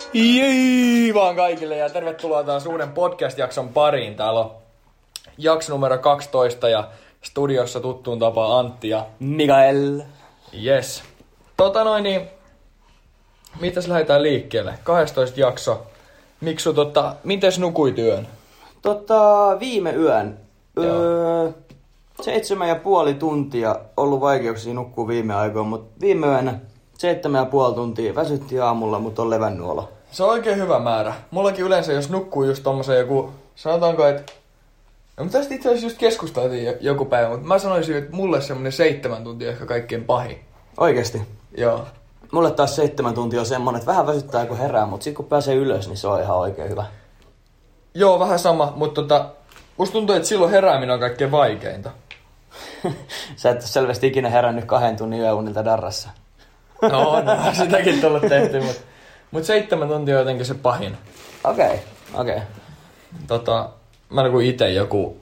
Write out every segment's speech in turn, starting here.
Jei vaan kaikille ja tervetuloa taas uuden podcast-jakson pariin. Täällä on jakso numero 12 ja studiossa tuttuun tapaan Antti ja Mikael. Yes. Mitäs lähdetään liikkeelle? 12 jakso. Miksu, mites nukuit yön? Viime yön. 7,5 tuntia ollut vaikeuksia nukkua viime aikoina, mutta viime yönä 7,5 tuntia. Väsytti aamulla, mutta on levännyt olo. Se on oikein hyvä määrä. Mullakin yleensä, jos nukkuu just tommosen joku, sanotaanko, että... No, mutta tästä itse asiassa just keskusteltiin joku päivä, mutta mä sanoisin, että mulle semmonen 7 tuntia on ehkä kaikkein pahin. Oikeesti? Joo. Mulle taas 7 tuntia on semmonen, että vähän väsyttää kun herää, mutta sit kun pääsee ylös, niin se on ihan oikein hyvä. Joo, vähän sama, mutta musta tuntuu, että silloin herääminen on kaikkein vaikeinta. Sä et selvästi ikinä herännyt 2 tunnin yöunilta darrassa. No, sitäkin tullut tehty, mutta 7 tuntia on jotenkin se pahin. Okei. Mä nukun ite joku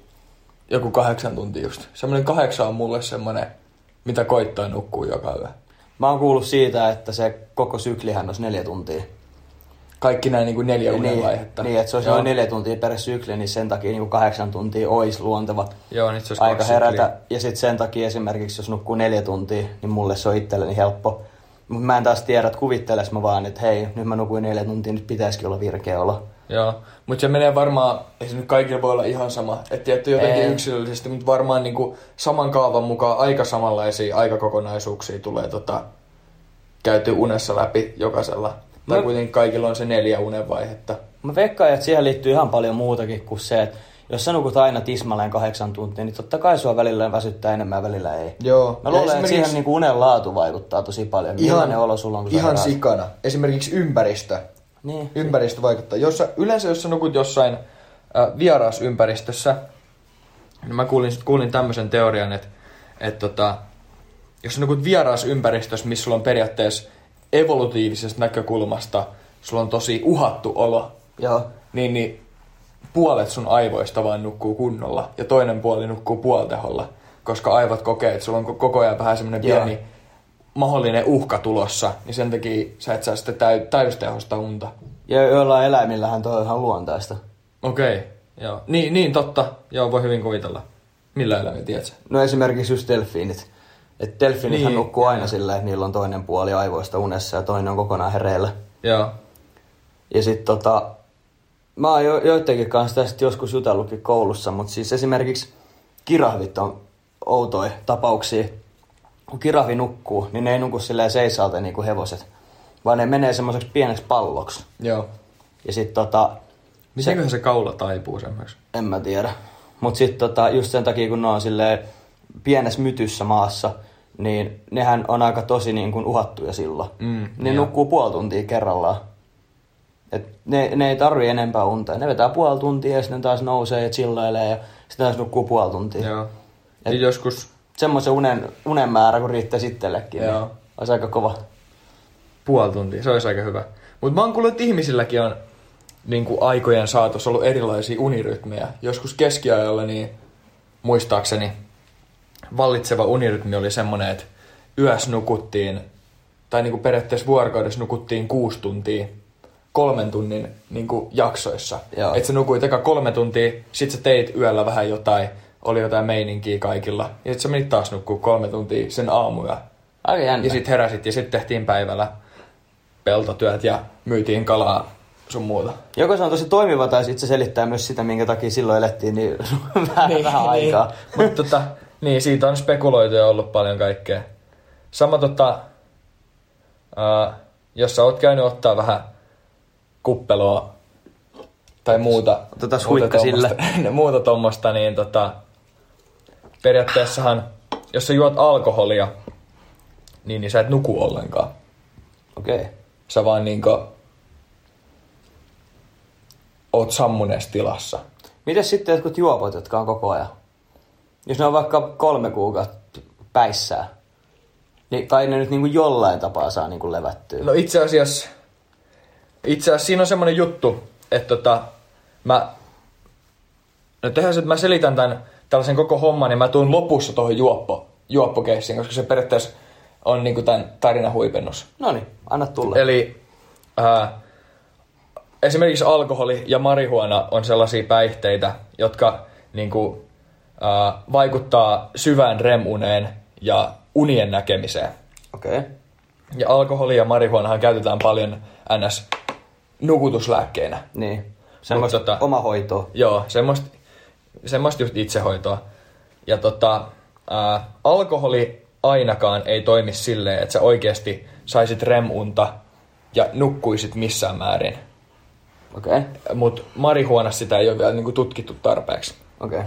8 tuntia just. Semmonen 8 on mulle semmonen, mitä koittaa nukkuu joka yö. Mä oon kuullut siitä, että se koko syklihän olisi 4 tuntia. Kaikki näin niinku 4 unenvaihetta. Niin, että se olisi noin 4 tuntia per sykli, niin sen takia niinku 8 tuntia olisi luonteva aika herätä. Ja sitten sen takia esimerkiksi, jos nukkuu 4 tuntia, niin mulle se on itselleni helppo. Mutta mä en taas tiedä, että kuvitteles mä vaan, että hei, nyt mä nukuin 4 tuntia, nyt pitäisikin olla virkeä olo. Joo, mutta se menee varmaan, ei se nyt kaikilla voi olla ihan sama, että tietty jotenkin yksilöllisesti, mutta varmaan niinku saman kaavan mukaan aika samanlaisia aikakokonaisuuksia tulee käyty unessa läpi jokaisella. Tai kuitenkin kaikilla on se 4 unenvaihetta. Mä veikkaan, että siihen liittyy ihan paljon muutakin kuin se, että jos sä nukut aina tismalleen 8 tuntia, niin totta kai sua välillä väsyttää enemmän, välillä ei. Joo. Mä luulen, että siihen niinku unen laatu vaikuttaa tosi paljon. Millainen olo sulla on, kun ihan sikana. Esimerkiksi ympäristö. Niin. Ympäristö vaikuttaa. Yleensä jos sä nukut jossain vierasympäristössä, niin mä kuulin tämmöisen teorian, että jos sä nukut vierasympäristössä, missä sulla on periaatteessa evolutiivisesta näkökulmasta, sulla on tosi uhattu olo, joo. Niin puolet sun aivoista vaan nukkuu kunnolla ja toinen puoli nukkuu puolteholla, koska aivot kokee, että sulla on koko ajan vähän semmoinen pieni mahdollinen uhka tulossa, niin sen takia sä et saa sitten täystehosta unta. Ja joillain eläimillähän toi on ihan luontaista. Okei, joo. Niin totta. Joo, voi hyvin kuvitella. Millä eläimillä, tiedätkö? No esimerkiksi just delfiinit. Että delfiinithän nukkuu aina silleen, että niillä on toinen puoli aivoista unessa ja toinen on kokonaan hereillä. Joo. Ja sit mä oon joidenkin kanssa tästä joskus jutellutkin koulussa, mutta siis esimerkiksi kirahvit on outoja tapauksia. Kun kirahvi nukkuu, niin ne ei nuku silleen seisaalta niin kuin hevoset, vaan ne menee semmoiseksi pieneksi palloksi. Joo. Ja sit mitenköhän se kaula taipuu semmoiksi? En mä tiedä. Mut sit just sen takia, kun ne on silleen pienessä mytyssä maassa, niin nehän on aika tosi niin kuin uhattuja silloin. Ne nukkuu puoli tuntia kerrallaan. Et ne ei tarvii enempää unta. Ne vetää puoli tuntia ja sitten taas nousee ja chillailee ja sitten taas nukkuu puoli tuntia. Joo. Et joskus... Semmoisen unen määrä, kun riittäisi itsellekin, niin olisi aika kova. Puoli tuntia, se olisi aika hyvä. Mutta mä oon kuullut, että ihmisilläkin on niin kuin aikojen saatossa ollut erilaisia unirytmejä. Joskus keskiajalla, niin muistaakseni vallitseva unirytmi oli semmoinen, että yössä nukuttiin, tai niin kuin periaatteessa vuorokaudessa nukuttiin 6 tuntia 3 tunnin niin kuin jaksoissa. Että sä nukuit eka 3 tuntia, sit sä teit yöllä vähän jotain, oli jotain meininkiä kaikilla. Ja sit sä menit taas nukkuu 3 tuntia sen aamuja. Aika jännä. Ja sit heräsit ja sit tehtiin päivällä peltotyöt ja myytiin kalaa sun muuta. Joko se on tosi toimiva tai sit se selittää myös sitä, minkä takia silloin elettiin niin vähän aikaa. Mutta niin, siitä on spekuloitu ja ollut paljon kaikkea. Sama jos sä oot käynyt ottaa vähän kuppeloa tai muuta tommosta, niin periaatteessahan, jos sä juot alkoholia, niin sä et nuku ollenkaan. Okei. Sä vaan niinkö oot sammuneessa tilassa. Mites sitten jotkut juopot, jotka on koko ajan? Jos ne on vaikka 3 kuukautta päissään, niin kai ne nyt niinku jollain tapaa saa niinku levättyä. No itse asiassa siinä on semmoinen juttu, että tehdään se, että mä selitän tällaisen koko homman, niin mä tuun lopussa tuohon juoppokeissiin, koska se periaatteessa on niinku tämän tarinan huipennus. Noniin, anna tulla. Eli esimerkiksi alkoholi ja marihuana on sellaisia päihteitä, jotka niinku, vaikuttaa syvään REM-uneen ja unien näkemiseen. Okei. Ja alkoholi ja marihuanahan käytetään paljon nukutuslääkkeinä. Niin. Semmoista oma hoitoa. Joo, semmoista just itsehoitoa. Ja alkoholi ainakaan ei toimi silleen, että sä oikeasti saisit REM-unta ja nukkuisit missään määrin. Okei. Mut marihuanassa sitä ei ole vielä niinku tutkittu tarpeeksi. Okei.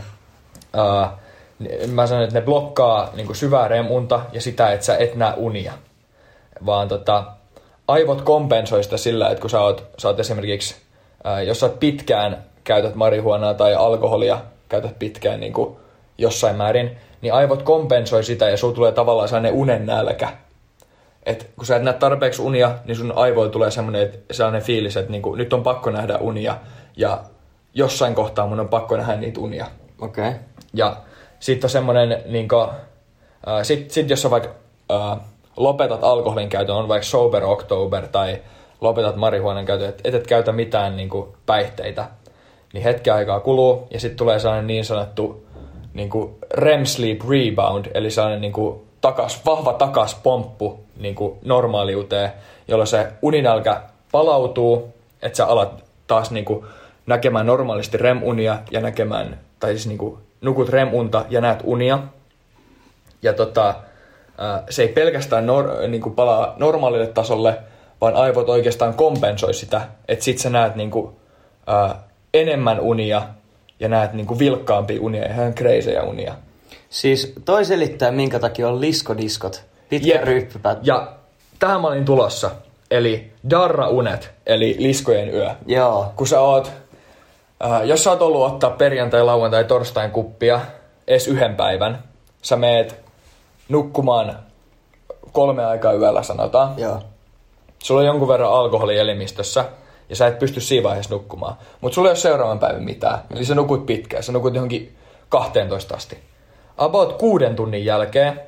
Mä sanon, että ne blokkaa niinku syvää REM-unta ja sitä, että sä et näe unia. Vaan aivot kompensoi sitä sillä, että kun sä oot esimerkiksi, jos sä pitkään käytät marihuanaa tai alkoholia, käytät pitkään niinku jossain määrin, niin aivot kompensoi sitä ja sulla tulee tavallaan sellainen unen nälkä. Et kun sä et näe tarpeeksi unia, niin sun aivoilla tulee sellainen fiilis, että niinku, nyt on pakko nähdä unia ja jossain kohtaa mun on pakko nähdä niitä unia. Okei. Ja sitten on semmoinen, niinku, sit jos sä vaikka lopetat alkoholin käytön, on vaikka sober October tai lopetat marihuonan käytön, et käytä mitään niinku päihteitä, niin hetken aikaa kuluu ja sitten tulee sellainen niin sanottu niinku REM sleep rebound, eli sellainen niinku vahva takaspomppu niinku normaaliuteen, jolloin se uninälkä palautuu, että sä alat taas niinku näkemään normaalisti REM-unia ja tai siis niinku nukut REM-unta ja näet unia. Ja se ei pelkästään niinku palaa normaalille tasolle, vaan aivot oikeastaan kompensoi sitä, että sit sä näet niinku, enemmän unia ja näet niinku vilkkaampia unia ja ihan kreisejä unia. Siis toi selittää, minkä takia on liskodiskot. Pitkä ryyppypät. Ja tähän mä olin tulossa. Eli darra-unet, eli liskojen yö. Joo. Kun sä oot, jos sä oot ollut ottaa perjantai, lauantai, torstain kuppia, edes yhden päivän, sä meet nukkumaan 3 aikaa yöllä sanotaan. Joo. Sulla on jonkun verran alkoholi elimistössä ja sä et pysty siinä vaiheessa nukkumaan. Mutta sulla ei ole seuraavan päivän mitään. Eli sä nukut pitkään. Sä nukut johonkin 12 asti. About 6 tunnin jälkeen,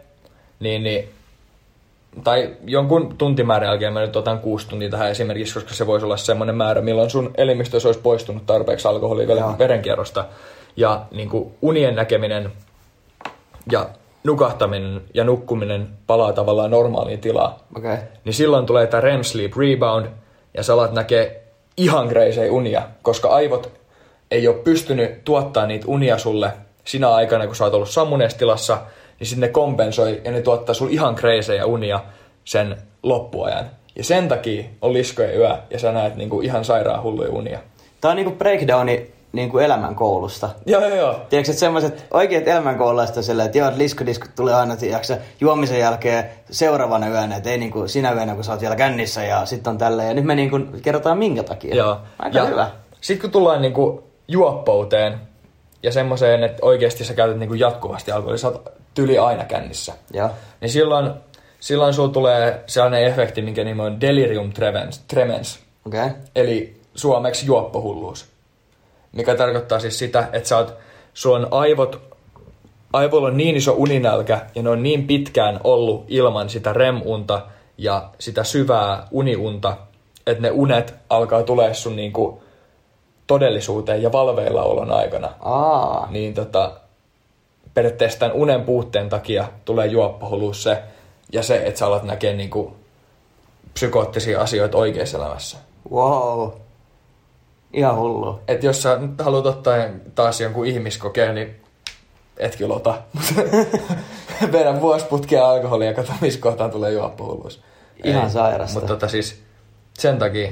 tai jonkun tuntimäärän jälkeen mä nyt otan 6 tuntia tähän esimerkiksi, koska se voisi olla semmoinen määrä, milloin sun elimistössä olisi poistunut tarpeeksi alkoholia verenkierrosta. Ja niin kuin unien näkeminen ja nukahtaminen ja nukkuminen palaa tavallaan normaaliin tilaan. Okay. Niin silloin tulee tämä REM sleep rebound ja sä alat näkee ihan kreisejä unia, koska aivot ei ole pystynyt tuottaa niitä unia sulle sinä aikana, kun sä oot ollut sammuneessa tilassa, niin sitten ne kompensoi ja ne tuottaa sulle ihan kreisejä unia sen loppuajan. Ja sen takia on liskojen yö ja sä näet niinku ihan sairaan hulluja unia. Tää on niinku breakdowni niinku elämänkoulusta. Joo. Tiedätkö, että semmoiset oikeat elämänkoululaiset on silleen, että joo, liskodiskot tulee aina juomisen jälkeen seuraavana yönä, että ei niinku sinä yönä, kun sä oot vielä kännissä ja sitten on tälleen. Ja nyt me niinku kerrotaan minkä takia. Joo. Aika hyvä. Sitten kun tullaan niinku juoppouteen ja semmoiseen, että oikeasti sä käytät niinku jatkuvasti alkoholia, sä oot tyli aina kännissä. Joo. Niin silloin sulla tulee sellainen efekti, minkä nimi on delirium tremens. Okay. Eli suomeksi juoppohulluus. Mikä tarkoittaa siis sitä, että sulla on aivoilla on niin iso uninälkä ja ne on niin pitkään ollut ilman sitä REM-unta ja sitä syvää uniunta, että ne unet alkaa tulee sun niinku todellisuuteen ja valveillaolon aikana. Niin periaatteessa tämän unen puutteen takia tulee juoppohulluus ja se, että sä alat näkee niinku psykoottisia asioita oikeassa elämässä. Wow. Ihan hullu. Et jos sä nyt haluat ottaa taas jonkun ihmiskokeen, niin et kyllä ota. Vedän vuosiputkea alkoholia ja katso, missä kohtaan tulee juoppohulluus. Ihan sairasta. Mutta siis sen takia.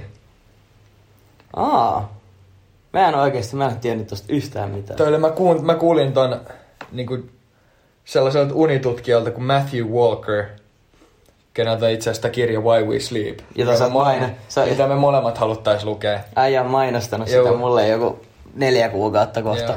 Mä en tiennyt tosta yhtään mitään. Toille mä kuulin ton niinku sellaiselta unitutkijalta kuin Matthew Walker, keneltä itse asiassa kirja Why We Sleep. Mitä me molemmat haluttais lukea. Äijä on mainostanut sitä mulle joku 4 kuukautta kohta.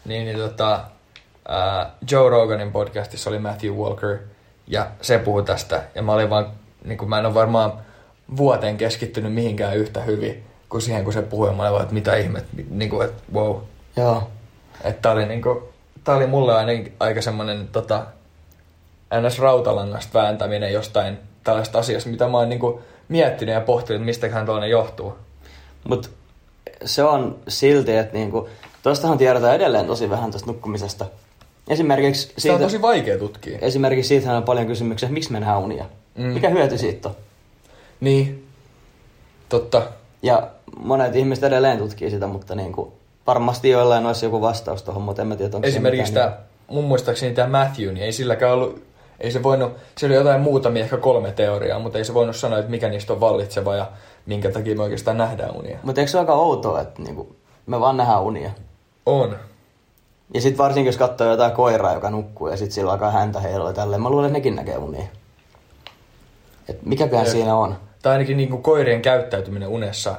Joe Roganin podcastissa oli Matthew Walker ja se puhui tästä. Ja mä olin vaan, niin mä en ole varmaan vuoteen keskittynyt mihinkään yhtä hyvin kuin siihen, kun se puhui. Mä olin vaan, että mitä ihmet, niin kuin, että wow. Joo. Että tää oli mulle aika semmonen ns. Rautalangasta vääntäminen jostain tällaista asiasta, mitä mä oon niinku miettinyt ja pohtinut, että mistäköhän tuollainen johtuu. Mut se on silti, että niinku, tuostahan tiedetään edelleen tosi vähän tuosta nukkumisesta. Esimerkiksi Sitä on tosi vaikea tutkia. Esimerkiksi siitähän on paljon kysymyksiä, että miksi me nähdään unia? Mikä hyöty siitä on? Niin, totta. Ja monet ihmiset edelleen tutkii sitä, mutta niinku, varmasti joillain olisi joku vastaus tuohon, mutta en mä tiedä, onko esimerkiksi tämä, mun muistaakseni tämä Matthew, niin ei silläkään ollut, ei se voinut, se oli jotain muutamia, ehkä 3 teoriaa, mutta ei se voinut sanoa, että mikä niistä on vallitseva ja minkä takia me oikeastaan nähdään unia. Mutta eikö se ole aika outoa, että niinku, me vaan nähdään unia? On. Ja sitten varsinkin, jos katsoo jotain koiraa, joka nukkuu ja sitten sillä alkaa häntä heilua tälleen, mä luulen, että nekin näkee unia. Et mikäkään siinä on? Tai ainakin niinku koirien käyttäytyminen unessa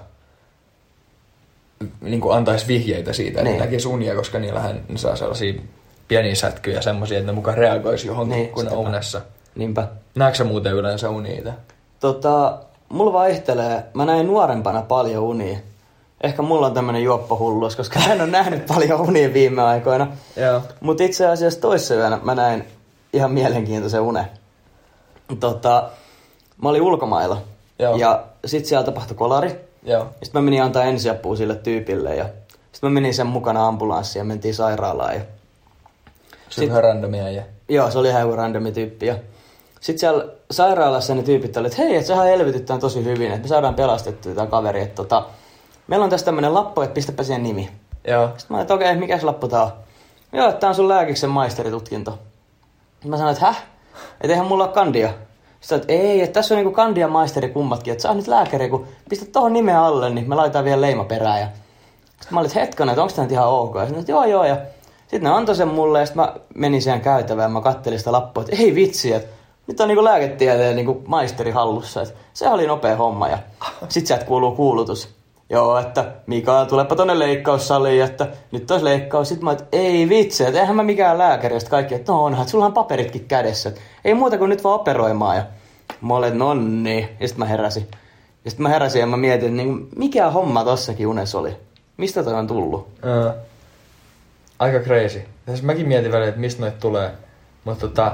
niinku antaisi vihjeitä siitä, että ne näkisi unia, koska niillähän ne saa sellaisia pieniä sätkyjä semmoisia, että ne mukaan reagoisi johonkin, niin, kun ne on unessa. Niinpä. Näetkö sä muuten yleensä unia? Mulla vaihtelee. Mä näin nuorempana paljon unia. Ehkä mulla on tämmönen juoppohullus, koska hän on nähnyt paljon unia viime aikoina. Mutta itse asiassa toissa yönä mä näin ihan mielenkiintoisen unen. Mä olin ulkomailla. Joo. Ja sit siellä tapahtui kolari. Joo. Ja sit mä menin antaa ensiapua sille tyypille. Ja sit mä menin sen mukana ambulanssiin ja mentiin sairaalaan. Ja se oli ihan randomia. Joo, se oli ihan randomi tyyppi. Ja sit siellä sairaalassa ne tyypit oli, että hei, että sähän elvytyt tosi hyvin, että me saadaan pelastettua tämä kaveri. Että meillä on tässä tämmönen lappu, että pistäpä siihen nimi. Joo. Sitten mä olin, että okei, mikä se lappu tää on? Joo, että tää on sun lääkiksen maisteritutkinto. Mä sanoin, että että eihän mulla ole kandia. Sitten että ei, että tässä on niinku kandia maisteri kummatkin, että sä oot nyt lääkäri, kun pistät tohon nimen alle, niin me laitetaan vielä leima perään. Ja sitten mä olin, että hetkonen, että onko tää nyt ihan ok? Ja sitten joo. Ja sitten ne antoi sen mulle ja sitten mä menin siihen käytävään ja mä kattelin sitä lappua, että ei vitsi, että nyt on niinku lääketieteen niinku maisteri hallussa. Että se oli nopea homma ja sit sieltä kuuluu kuulutus. Joo, että Mika, tulepa tonne leikkaussaliin, että nyt olisi leikkaus. Sitten mä että ei vitsi, että eihän mä mikään lääkäri. Sitten kaikki, että no onhan, että sulla on paperitkin kädessä. Että ei muuta kuin nyt vaan operoimaan. Ja mä olin, että nonni. Ja sitten mä heräsin. Ja mä mietin, että niin, mikä homma tossakin unessa oli. Mistä toi on tullut? Aika crazy. Tässä mäkin mietin välillä, että mistä noita tulee. Mutta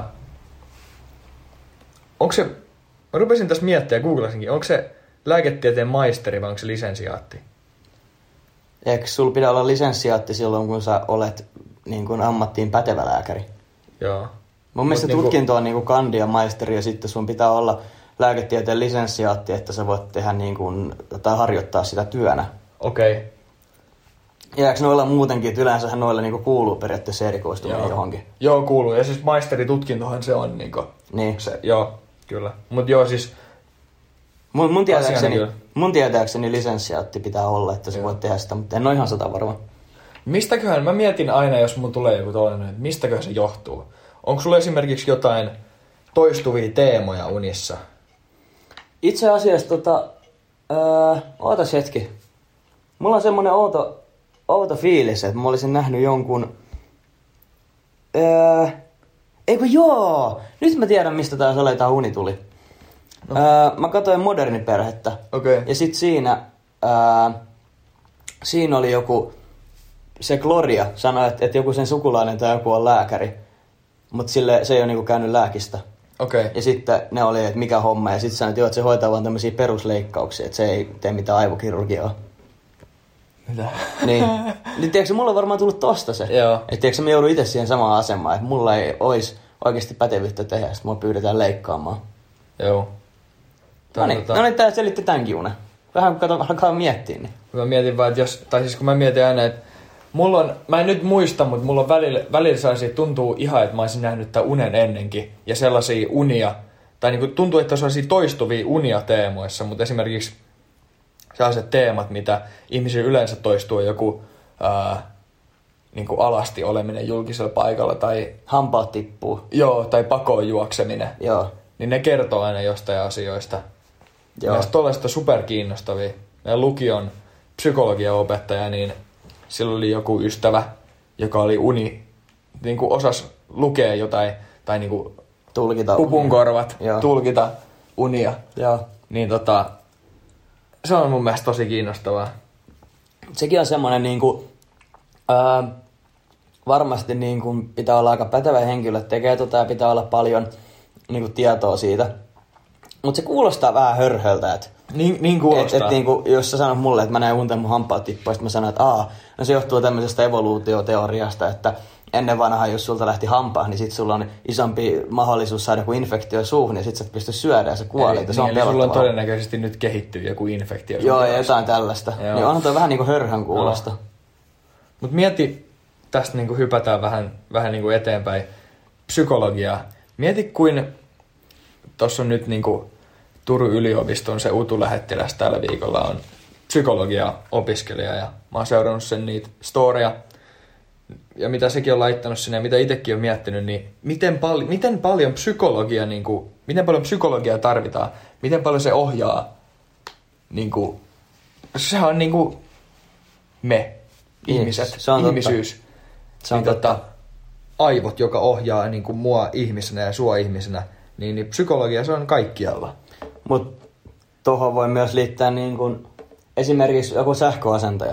onko se, mä rupesin tässä miettimään ja googlasinkin, onko se lääketieteen maisteri vai onko se lisensiaatti? Eikö sulla pidä olla lisensiaatti silloin, kun sä olet niin kuin ammattiin pätevä lääkäri? Joo. Mun mielestä tutkinto on niin kuin kandia maisteri ja sitten sun pitää olla lääketieteen lisensiaatti, että sä voit tehdä niin kuin, tai harjoittaa sitä työnä. Okei. Okay. Ja eikö noilla muutenkin, että yleensähän noilla niin kuin kuuluu periaatteessa erikoistuminen johonkin? Joo, kuuluu. Ja siis maisteritutkintohan se on niin kuin se. Joo, kyllä. Mut joo siis Mun tietääkseni lisensiaatti pitää olla, että sä voit tehdä sitä, mutta en ole ihan 100% varma. Mistäköhän, mä mietin aina, jos mun tulee joku toinen, että mistäköhän se johtuu? Onko sulla esimerkiksi jotain toistuvia teemoja unissa? Itse asiassa ootas hetki. Mulla on semmonen outo fiilis, että mä olisin nähnyt jonkun joo! Nyt mä tiedän, mistä tää uni tuli. No. Mä katsoin Moderniperhettä. Okay. Ja sit siinä oli joku, se Gloria sanoi, että joku sen sukulainen tai joku on lääkäri. Mutta se ei ole niinku käynyt lääkistä. Okay. Ja sitten ne oli, että mikä homma. Ja sitten sanoi, että se hoitaa vaan tämmöisiä perusleikkauksia, että se ei tee mitään aivokirurgiaa. Mitä? Niin tiedätkö, mulla on varmaan tullut tosta se. Joo. Että tiedätkö, mä joudun itse siihen samaan asemaan, että mulla ei olisi oikeasti pätevyyttä tehdä, sitten mua pyydetään leikkaamaan. Joo. No niin, tää selitti tämänkin unen. Vähän kun alkaa miettiä. Niin. Mä mietin vaan, että kun mä mietin aina, että mä en nyt muista, mutta mulla on välillä sellaisia, tuntuu ihan, että mä olisin nähnyt tämän unen ennenkin. Ja sellaisia unia, tai niin kuin tuntuu, että on sellaisia toistuvia unia teemoissa, mutta esimerkiksi sellaiset teemat, mitä ihmisillä yleensä toistuu, joku niin kuin alasti oleminen julkisella paikalla tai hampaat tippuu. Joo, tai pakoon juokseminen. Joo. Niin ne kertoo aina jostain asioista. Mielestäni tollaista superkiinnostavia. Meidän lukion psykologian opettaja, niin sillä oli joku ystävä, joka oli niin kuin osasi lukea jotain, tai niin kuin tulkita pupunkorvat, tulkita unia. Joo. Niin se on mun mielestä tosi kiinnostavaa. Sekin on semmoinen niinku, varmasti niinku pitää olla aika pätevä henkilö, että tekee ja pitää olla paljon niinku tietoa siitä. Mutta se kuulostaa vähän hörhöltä, että Niin kuulostaa. Et niinku, jos sä sanot mulle, että mä näen unten mun hampaat tippua, sit mä sanon, että no se johtuu tämmöisestä evoluutioteoriasta, että ennen vanhaa, jos sulta lähti hampaa, niin sit sulla on isompi mahdollisuus saada joku infektio suuhun, ja sit sä et pysty syödä ja sä kuolet. Se on eli sulla on todennäköisesti nyt kehittyy joku infektio. Joo, ja jotain tällaista. Joo. Niin onhan toi vähän niinku hörhän kuulosta. No. Mut mieti, tästä niinku hypätään vähän niinku eteenpäin, psykologiaa. Mieti, kuin tossa on nyt niinku Turun yliopiston se UTU-lähettiläs tällä viikolla on psykologia-opiskelija, ja mä oon seurannut sen niitä storia, ja mitä sekin on laittanut sinne, ja mitä itsekin on miettinyt, niin miten paljon psykologiaa tarvitaan, miten paljon se ohjaa, niinku, sehän on niinku me, ihmiset, se on ihmisyys, se on niin aivot, joka ohjaa niinku mua ihmisenä ja sua ihmisenä, niin psykologia se on kaikkialla. Mut tohon voi myös liittää niin kuin esimerkiksi joku sähköasentaja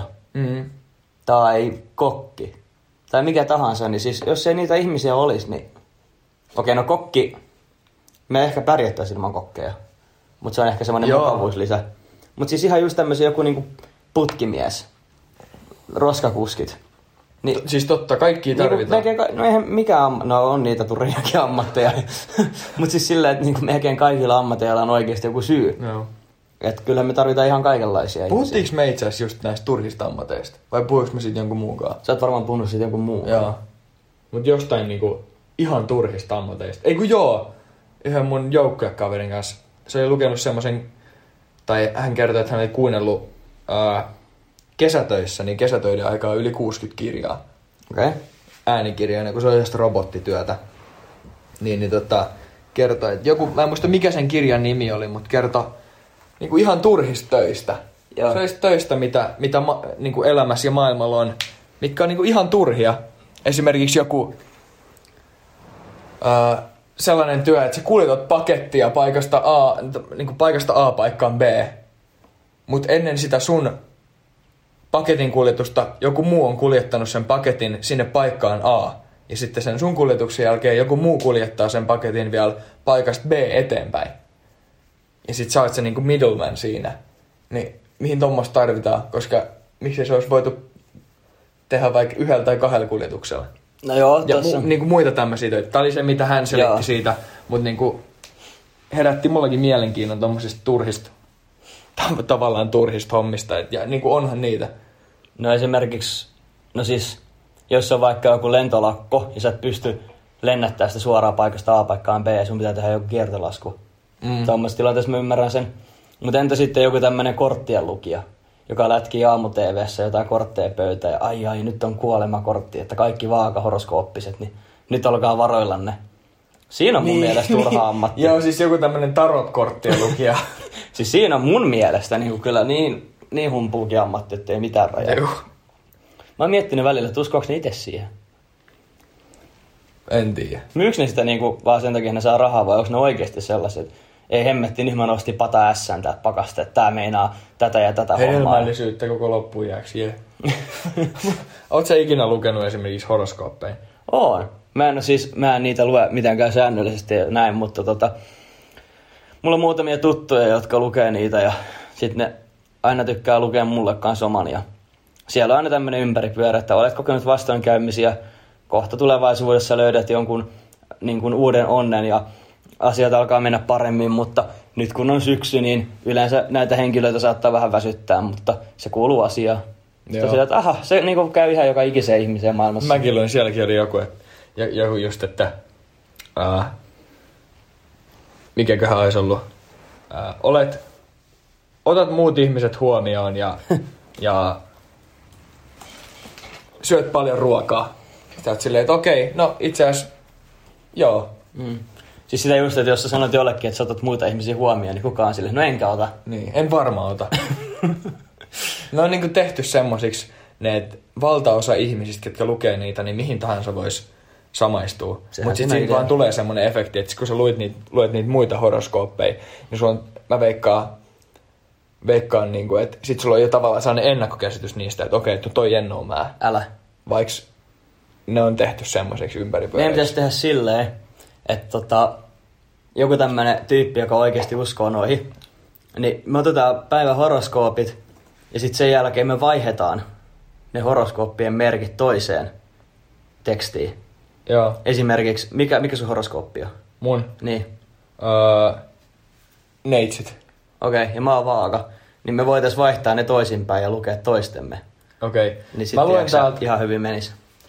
tai kokki tai mikä tahansa, niin siis jos ei niitä ihmisiä olisi, niin okei, no kokki, me ehkä pärjättäisiin ilman kokkeja, mutta se on ehkä semmoinen mukavuuslisä. Mutta siis ihan just tämmöisiä joku niinku putkimies, roskakuskit. Niin, siis totta, kaikkia tarvitaan. No eihän mikään on niitä turhiakin ammatteja. Mutta siis sillä, että niinku melkein kaikilla ammateilla on oikeasti joku syy. Joo. Että kyllä me tarvitaan ihan kaikenlaisia Puhuttiinko ihmisiä. me itse asiassa just näistä turhista ammateista? Vai puhuinko me siitä jonkun muunkaan? Sä oot varmaan puhunut siitä jonkun muun. Joo. Mut jostain niinku ihan turhista ammateista. Ei kun joo! Yhden mun joukkuekaverin kanssa. Se oli lukenut semmoisen, tai hän kertoi, että hän oli kuunnellut kesätöissä, niin kesätöiden aikaa yli 60 kirjaa. Okei. Äänikirjoina, kun se oli just robottityötä. Niin kertoi, että joku, mä en muista mikä sen kirjan nimi oli, mutta kertoi niinku ihan turhista töistä. Joo. Sellaisista töistä, mitä niinku elämässä ja maailmalla on, mitkä on niinku ihan turhia. Esimerkiksi joku sellainen työ, että sä kuljetat pakettia paikasta A paikkaan B. Mut ennen sitä sun paketin kuljetusta joku muu on kuljettanut sen paketin sinne paikkaan A. Ja sitten sen sun kuljetuksen jälkeen joku muu kuljettaa sen paketin vielä paikasta B eteenpäin. Ja sit sä oot se niinku middleman siinä. Niin mihin tommoista tarvitaan? Koska miksi se olisi voitu tehdä vaikka 1 tai 2 kuljetuksella? No joo, ja tossa. niinku muita tämmöisiä töitä. Tää oli se, mitä hän selitti siitä. Mut niinku herätti mullakin mielenkiinnon tommosista turhista, tavallaan turhista hommista. Ja niinku onhan niitä. No esimerkiksi, no siis, jos on vaikka joku lentolakko ja sä et pysty lennättämään sitä suoraan paikasta A paikkaan B ja sun pitää tehdä joku kiertolasku. Tuommoisessa tilanteessa mä ymmärrän sen. Mutta entä sitten joku tämmönen korttien lukija, joka lätkii aamu-tv:ssä jotain kortteja pöytään ja ai, nyt on kuolemakortti, että kaikki vaakahoroskooppiset, niin nyt olkaa varoillanne. Siinä on mun mielestä turha ammatti. Joo, siis joku tämmönen tarot-korttien lukija. Siis siinä on mun mielestä niin kyllä niin humpuukin ammatti, ettei mitään rajaa. Joo. Mä oon miettinyt välillä, että uskoako ne itse siihen? En tiedä. Myyks ne sitä niinku vaan sen takia, että ne saa rahaa, vai onko ne oikeasti sellaiset? Ei hemmetti, nyt mä nostin pata ässän täältä pakasta, että tää meinaa tätä ja tätä hommaa. Hedelmällisyyttä koko loppuun jääksi, jee. Oot sä ikinä lukenut esimerkiksi horoskooppeja? Oon. Mä en niitä lue mitenkään säännöllisesti ja näin, mutta mulla on muutamia tuttuja, jotka lukee niitä ja sit ne aina tykkää lukea mulle kanssa oman. Ja siellä on aina tämmönen ympäripyörä, että olet kokenut vastoinkäymisiä, kohta tulevaisuudessa löydät jonkun niin kuin uuden onnen ja asiat alkaa mennä paremmin, mutta nyt kun on syksy, niin yleensä näitä henkilöitä saattaa vähän väsyttää, mutta se kuuluu asiaan. Sillä, että se niin kuin käy ihan joka ikiseen ihmiseen maailmassa. Mäkin luin, sielläkin oli joku just, että mikäköhän olisi ollut, otat muut ihmiset huomioon ja syöt paljon ruokaa. Sä oot silleen, että okei, no itse asiassa, joo. Siis sitä just, että jos sä sanot jollekin, että sä otat muita ihmisiä huomioon, niin kukaan silleen, no enkä ota. Niin, en varmaan ota. Ne on niinku tehty semmosiksi, että valtaosa ihmisistä, ketkä lukee niitä, niin mihin tahansa vois samaistua. Mutta sitten siinä vaan tulee semmonen efekti, että kun sä luet niitä muita horoskooppeja, niin sulla on, mä veikkaan niinku, että sit sulla on jo tavallaan sellainen ennakkokäsitys niistä, että okei, toi en oo mä. Älä. Vaiks ne on tehty semmoiseksi ympäripyöreiksi. Meidän pitäisi tehdä silleen, että joku tämmönen tyyppi, joka oikeasti uskoo noihin, Niin me otetaan päivän horoskoopit ja sitten sen jälkeen me vaihdetaan ne horoskooppien merkit toiseen tekstiin. Joo. Esimerkiksi, mikä sun horoskooppi on? Mun? Niin. Neitsyt. Okei, ja mä oon vaaka. Niin me voitais vaihtaa ne toisinpäin ja lukea toistemme. Okei. Niin sitten ihan hyvin menisi.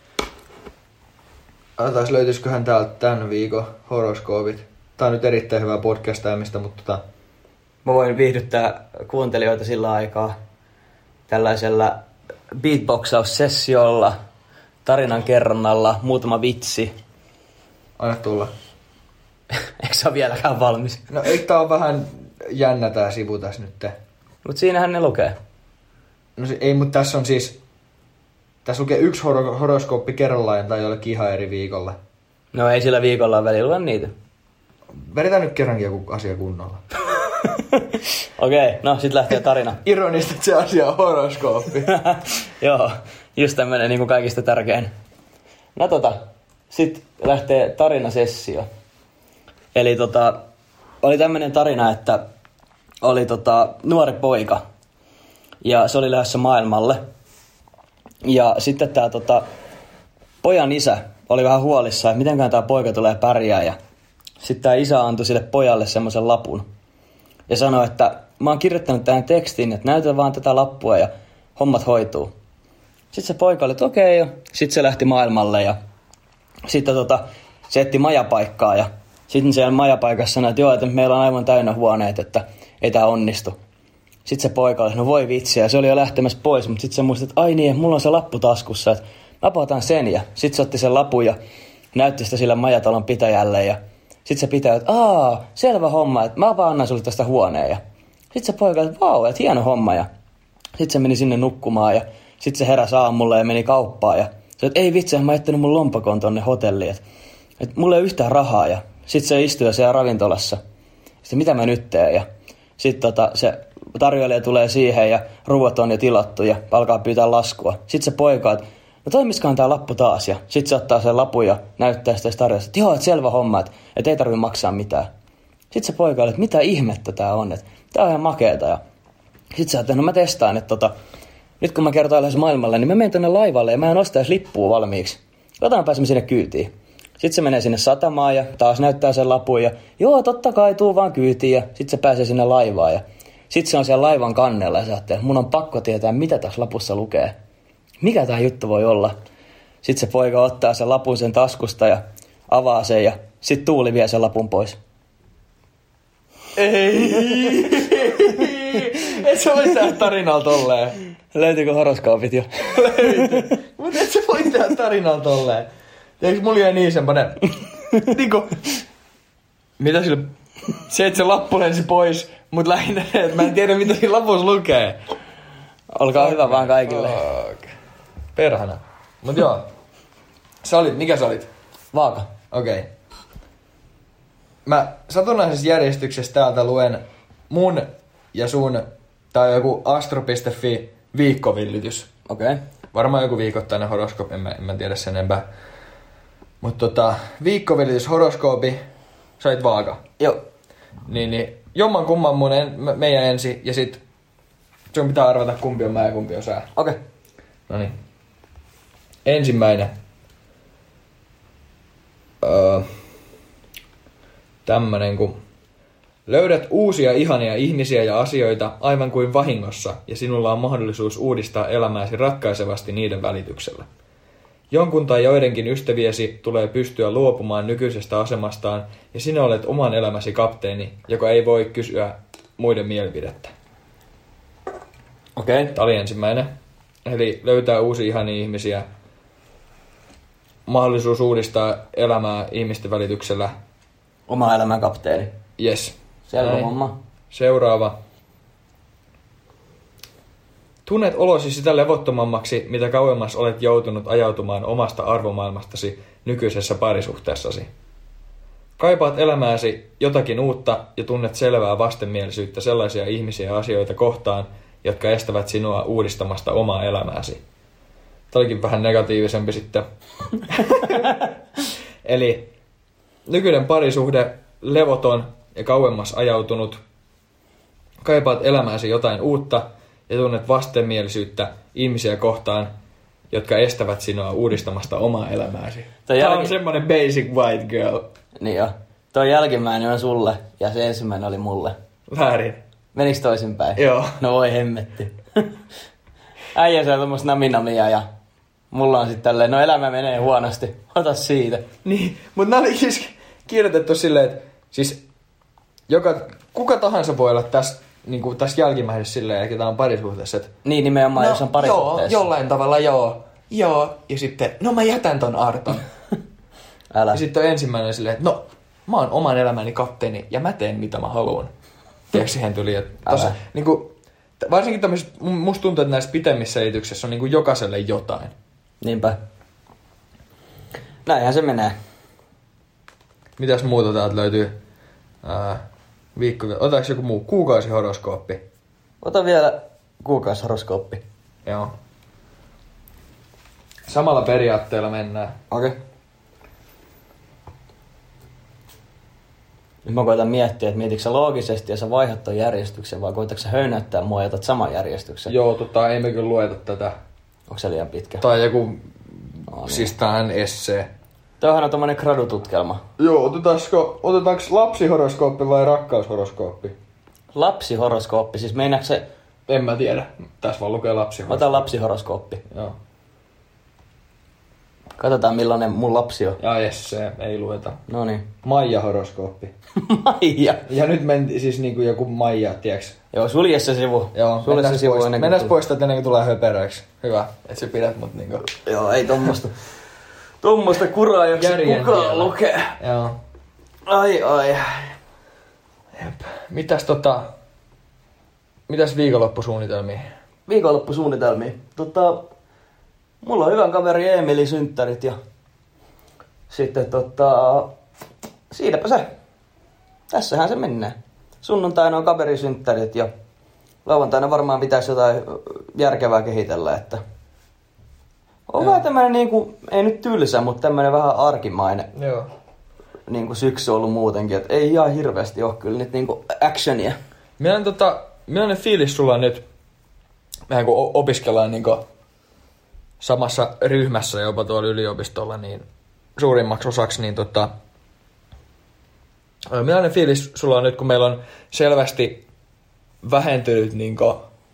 Otas, löytyisiköhän täältä tämän viikon horoskoopit. Tää on nyt erittäin hyvää podcastaamista, mutta Mä voin viihdyttää kuuntelijoita sillä aikaa tällaisella beatboxaussessiolla, tarinan kerronnalla, muutama vitsi. Anna tulla. Eikö sä ole vieläkään valmis? No eikö tää on vähän jännä tää sivu tässä nyt? Mut siinähän ne lukee. No ei, mutta tässä on siis... Tässä lukee yksi horoskooppi kerrallaan tai jollekin ihan eri viikolla. No ei sillä viikolla välillä lue niitä. Vedetään nyt kerrankin joku asia kunnolla. Okei, no sit lähtee tarina. Ironista, että se asia on horoskooppi. Joo, just tämmönen niinku kaikista tärkein. No sit lähtee tarinasessio. Eli oli tämmönen tarina, että oli nuori poika. Ja se oli lähdössä maailmalle. Ja sitten tää pojan isä oli vähän huolissaan, että mitenkään tää poika tulee pärjää. Ja sitten tää isä antoi sille pojalle semmoisen lapun. Ja sanoi, että mä oon kirjoittanut tähän tekstiin, että näytä vaan tätä lappua ja hommat hoituu. Sitten se poika oli, että okei. Ja sitten se lähti maailmalle ja sitten se etti majapaikkaa. Ja sitten siellä majapaikassa sanoi, että joo, että meillä on aivan täynnä huoneet, että ei tää onnistu. Sitten se poika oli, no voi vitsi, ja se oli jo lähtemässä pois, mutta sitten se muisti, että ai niin, mulla on se lappu taskussa, että mä otan sen. Ja sitten se otti sen lapun ja näytti sitä sille majatalon pitäjälle ja sitten se pitää, että selvä homma, että mä vaan annan sulle tästä huoneen. Ja sitten se poika, että vau, että hieno homma. Ja sitten se meni sinne nukkumaan ja sitten se heräsi aamulla ja meni kauppaan. Ja se, että ei vitsi, mä oon jättänyt mun lompakon tonne hotelliin, että mulla ei ole yhtään rahaa. Ja sitten se istui siellä ravintolassa. Sitten mitä mä nyt teen? Ja sitten se tarjoilija tulee siihen ja ruuat on jo tilattu ja alkaa pyytää laskua. Sitten se poika, että no toimiskaan tää lappu taas. Ja sitten se ottaa sen lapun ja näyttää sitä tarjoajasta, että joo, että selvä homma, että ei tarvitse maksaa mitään. Sitten se poika oli, että mitä ihmettä tää on, että tää on ihan makeeta. Ja sitten se ajattelee, no mä testaan, että nyt kun mä kertaan lähes maailmalle, niin mä menen tonne laivalle ja mä en osta edes lippua valmiiksi. Otan pääsemme sinne kyytiin. Sitten se menee sinne satamaan ja taas näyttää sen lapun ja joo, totta kai tuu vaan kyytiin ja sitten se pääsee sinne laivaan ja sitten se on siellä laivan kannella ja se ajattelee, mun on pakko tietää, mitä tässä lapussa lukee. Mikä tää juttu voi olla? Sitten se poika ottaa sen lapun sen taskusta ja avaa sen ja sitten Tuuli vie sen lapun pois. Ei! Et sä voi tehdä tarinalla tolleen. Löytyykö horoskoopit jo? Löytyy. Mutta et sä voi tehdä tarinalla tolleen. Eikö mulla jäi niin semmonen... Niinku... Mitä sillä... Se, että se lappu lensi pois, mut lähinnä, että mä en tiedä, mitä siinä lapussa lukee. Olkaa hyvä vaan kaikille. Perhana. Mut joo. Mikä sä olit? Vaaka. Okei. Mä satunnaisessa järjestyksessä täältä luen mun ja sun, tai joku astro.fi viikkovillitys. Okei. Varmaan joku viikoittainen horoskoopi, en mä tiedä sen enempää. Mut viikkovillitys horoskoopi, sä olit Vaaka. Joo. Niin jomman kumman meidän ensi, ja sit sun pitää arvata kumpi on mä ja kumpi on sä. Okei. Noniin. Ensimmäinen. Tämmönen kun löydät uusia ihania ihmisiä ja asioita aivan kuin vahingossa, ja sinulla on mahdollisuus uudistaa elämääsi ratkaisevasti niiden välityksellä. Jonkun tai joidenkin ystäviesi tulee pystyä luopumaan nykyisestä asemastaan, ja sinä olet oman elämäsi kapteeni, joka ei voi kysyä muiden mielipidettä. Okei. Tämä oli ensimmäinen. Eli löytää uusia ihania ihmisiä. Mahdollisuus uudistaa elämää ihmisten välityksellä. Oma elämän kapteeni. Yes. Selvä homma. Seuraava. Tunnet olosi sitä levottomammaksi, mitä kauemmas olet joutunut ajautumaan omasta arvomaailmastasi nykyisessä parisuhteessasi. Kaipaat elämääsi jotakin uutta ja tunnet selvää vastenmielisyyttä sellaisia ihmisiä ja asioita kohtaan, jotka estävät sinua uudistamasta omaa elämääsi. Tämä olikin vähän negatiivisempi sitten. Eli nykyinen parisuhde, levoton ja kauemmas ajautunut. kaipaat elämääsi jotain uutta ja tunnet vastenmielisyyttä ihmisiä kohtaan, jotka estävät sinua uudistamasta omaa elämääsi. Tämä on semmonen basic white girl. Niin jo. Tuo jälkimmäinen on sulle ja se ensimmäinen oli mulle. Väärin. Menikö toisinpäin? Joo. No voi hemmetti. Äijä saa tommoista naminamia ja mulla on sitten tälleen, no elämä menee huonosti. Ota siitä. Niin, mutta nämä oli siis kirjoitettu silleen, että siis kuka tahansa voi olla tässä niinku tässä jälkimmäisessä silleen, että on parisuhteessa. Niin nimenomaan, jos on parisuhteessa. Joo, jollain tavalla joo. Ja sitten, no mä jätän ton Arton. Älä. Ja sitten on ensimmäinen silleen, että no, mä oon oman elämäni kapteeni ja mä teen mitä mä haluan. Tiedätkö siihen tuli, että tossa, niinku, varsinkin tämmöisessä, musta tuntuu, että näissä pitemmissä selityksissä on niinku jokaiselle jotain. Niinpä. Näinhän se menee. Mitäs muuta täältä löytyy? Otaks joku muu? Kuukausihoroskooppi. Ota vielä kuukausihoroskooppi. Joo. Samalla periaatteella mennään. Okei. Nyt mä koitan miettiä, että mietitkö sä loogisesti ja sä vaihdat ton järjestyksen vai koitatko sä höynäyttää mua ja otat saman järjestyksen? Joo, ei me kyllä lueta tätä. Onko se liian pitkä? Tai joku, niin. siis tähän essee. Tämähän on tommonen gradututkelma. Joo, otetaanko lapsihoroskooppi vai rakkaushoroskooppi? Lapsihoroskooppi, siis meinaatko se... En mä tiedä. Tässä vaan lukee lapsihoroskooppi. Ota lapsihoroskooppi. Joo. Katsotaan millainen mun lapsi on. Ja essee, ei lueta. Noniin. Maija-horoskooppi. Maija! Ja nyt meni siis niinku joku Maija, tiiäks? Joo, sulje se sivu. Joo, sulje se sivu pois. ennen Mennäs pois tätä ennen kuin tulee höperöiksi. Hyvä, et sä pidät mut niinku... Joo, ei tommoista kuraa jaksa kukaan lukee. Joo. Ai. Jep. Mitäs viikonloppusuunnitelmia? Viikonloppusuunnitelmia. Mulla on hyvän kaveri Eemeli synttärit ja sitten siinäpä se. Tässähän se menee. Sunnuntaina on kaverisynttärit ja lauantaina varmaan pitäisi jotain järkevää kehitellä, että on vähän tämmönen niinku, ei nyt tylsä, mutta tämmönen vähän arkimainen. Joo. Niinku syksy ollut muutenkin, että ei ihan hirveästi ole kyllä nyt niinku actionia. Millainen fiilis sulla on nyt, vähän kun opiskellaan niinku samassa ryhmässä jopa tuolla yliopistolla, niin suurimmaksi osaksi, niin millainen fiilis sulla on nyt, kun meillä on selvästi vähentynyt niinku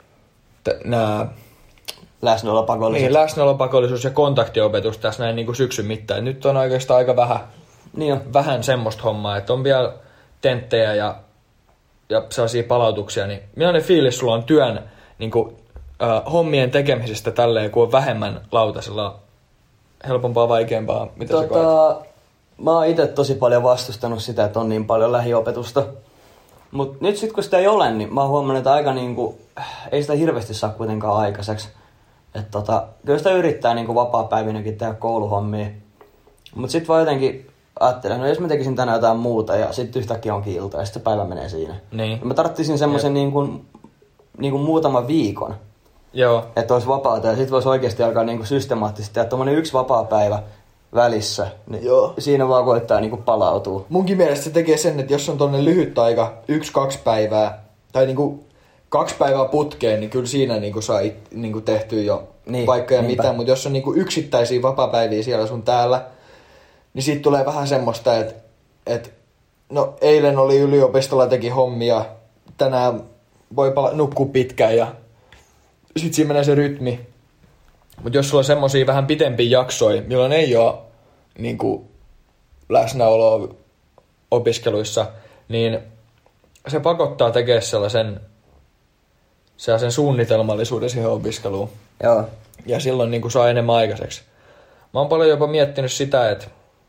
nää läsnäolopakollisuus ja kontaktiopetus tässä näin niinku syksyn mittaan. Nyt on oikeastaan aika vähän semmoista hommaa, että on vielä tenttejä ja sellaisia palautuksia, niin millainen fiilis sulla on työn niinku hommien tekemisestä tälleen, kun on vähemmän lautasella, helpompaa, vaikeampaa? Mitä sä koet? Mä oon itse tosi paljon vastustanut sitä, että on niin paljon lähiopetusta. Mut nyt sit kun sitä ei ole, niin mä oon huomannut, että aika niinku, ei sitä hirveästi saa kuitenkaan aikaiseksi. Että kyllä sitä yrittää niinku vapaapäivinäkin tehdä kouluhommia. Mut sit vaan jotenkin ajattelen, no jos mä tekisin tänään jotain muuta ja sit yhtäkkiä onkin ilta ja sit se päivä menee siinä. Niin. Ja mä tarttisin semmosen niinku muutaman viikon. Joo. Että olisi vapaata ja sit vois oikeesti alkaa niinku systemaattisesti tehdä tommonen yksi vapaapäivä välissä. Niin joo. Siinä vaan koittaa niinku palautua. Munkin mielestä se tekee sen, että jos on tonne lyhyt aika, 1-2 päivää, tai niinku 2 päivää putkeen, niin kyllä siinä niinku saa niinku tehtyä jo vaikka ja mitään. Mutta jos on niinku yksittäisiä vapaapäiviä siellä sun täällä, niin siitä tulee vähän semmoista, että no eilen oli yliopistolla teki hommia, tänään voi nukkua pitkään ja sit siinä menee se rytmi. Mutta jos sulla on semmosia vähän pitempiä jaksoja, milloin ei ole niinku läsnäoloa opiskeluissa, niin se pakottaa tekemään sellaisen suunnitelmallisuuden siihen opiskeluun. Joo. Ja silloin niinku saa enemmän aikaiseksi. Mä oon paljon jopa miettinyt sitä, että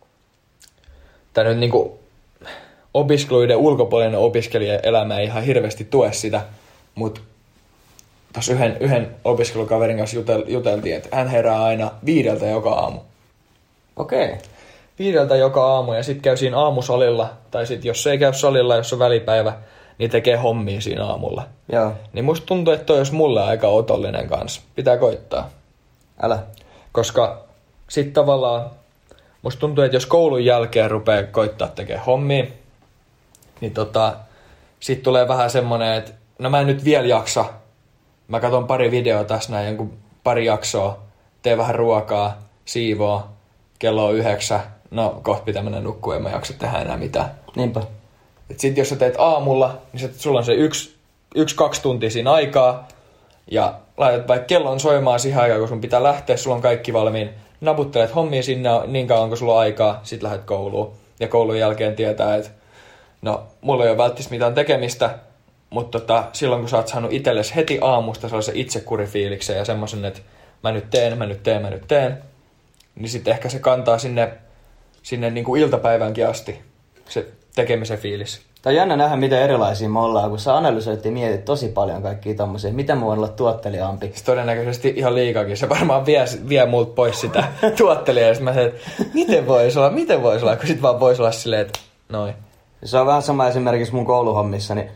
tää nyt niinku opiskeluiden ulkopuolinen opiskelijaelämä ei ihan hirveästi tue sitä, mutta tuossa yhden opiskelukaverin kanssa juteltiin, että hän herää aina 5 joka aamu. Okei. Okay. 5 joka aamu ja sit käy siinä aamusalilla, tai sit jos ei käy salilla, jos on välipäivä, niin tekee hommia siinä aamulla. Joo. Niin musta tuntuu, että toi olisi mulle aika otollinen kanssa. Pitää koittaa. Älä. Koska sit tavallaan musta tuntuu, että jos koulun jälkeen rupeaa koittaa tekemään hommia, niin sit tulee vähän semmonen, että no mä en nyt vielä jaksa. Mä katson pari videoa tässä näin, jonkun pari jaksoa. Teen vähän ruokaa, siivoo. Kello on 9. No, kohta pitää mennä nukkua, en mä jaksa tehdä enää mitään. Niinpä. Et sit jos sä teet aamulla, niin sulla on se 1-2 tuntia siinä aikaa. Ja laitat vaikka kellon soimaan siihen aikaan, kun sun pitää lähteä, sulla on kaikki valmiin. Naputtelet hommia sinne niin kauan, kun sulla on aikaa, sit lähdet kouluun. Ja koulun jälkeen tietää, että no, mulla ei ole välttämättä mitään tekemistä, mutta silloin kun sä oot saanut itsellesi heti aamusta sellaisen itsekurifiiliksen ja semmoisen, että mä nyt teen, niin sitten ehkä se kantaa sinne niin kuin iltapäivänkin asti, se tekemisen fiilis. Tää on jännä nähdä, miten erilaisia me ollaan, kun sä analysoit ja mietit tosi paljon kaikkia tommosia. Miten mä voin olla tuottelijaampi? Se todennäköisesti ihan liikaakin. Se varmaan vie multa pois sitä tuottelijaa. Ja sit mä sanon, että miten vois olla, kun sit vaan vois olla silleen, että noin. Se on vähän sama esimerkiksi mun kouluhommissa, niin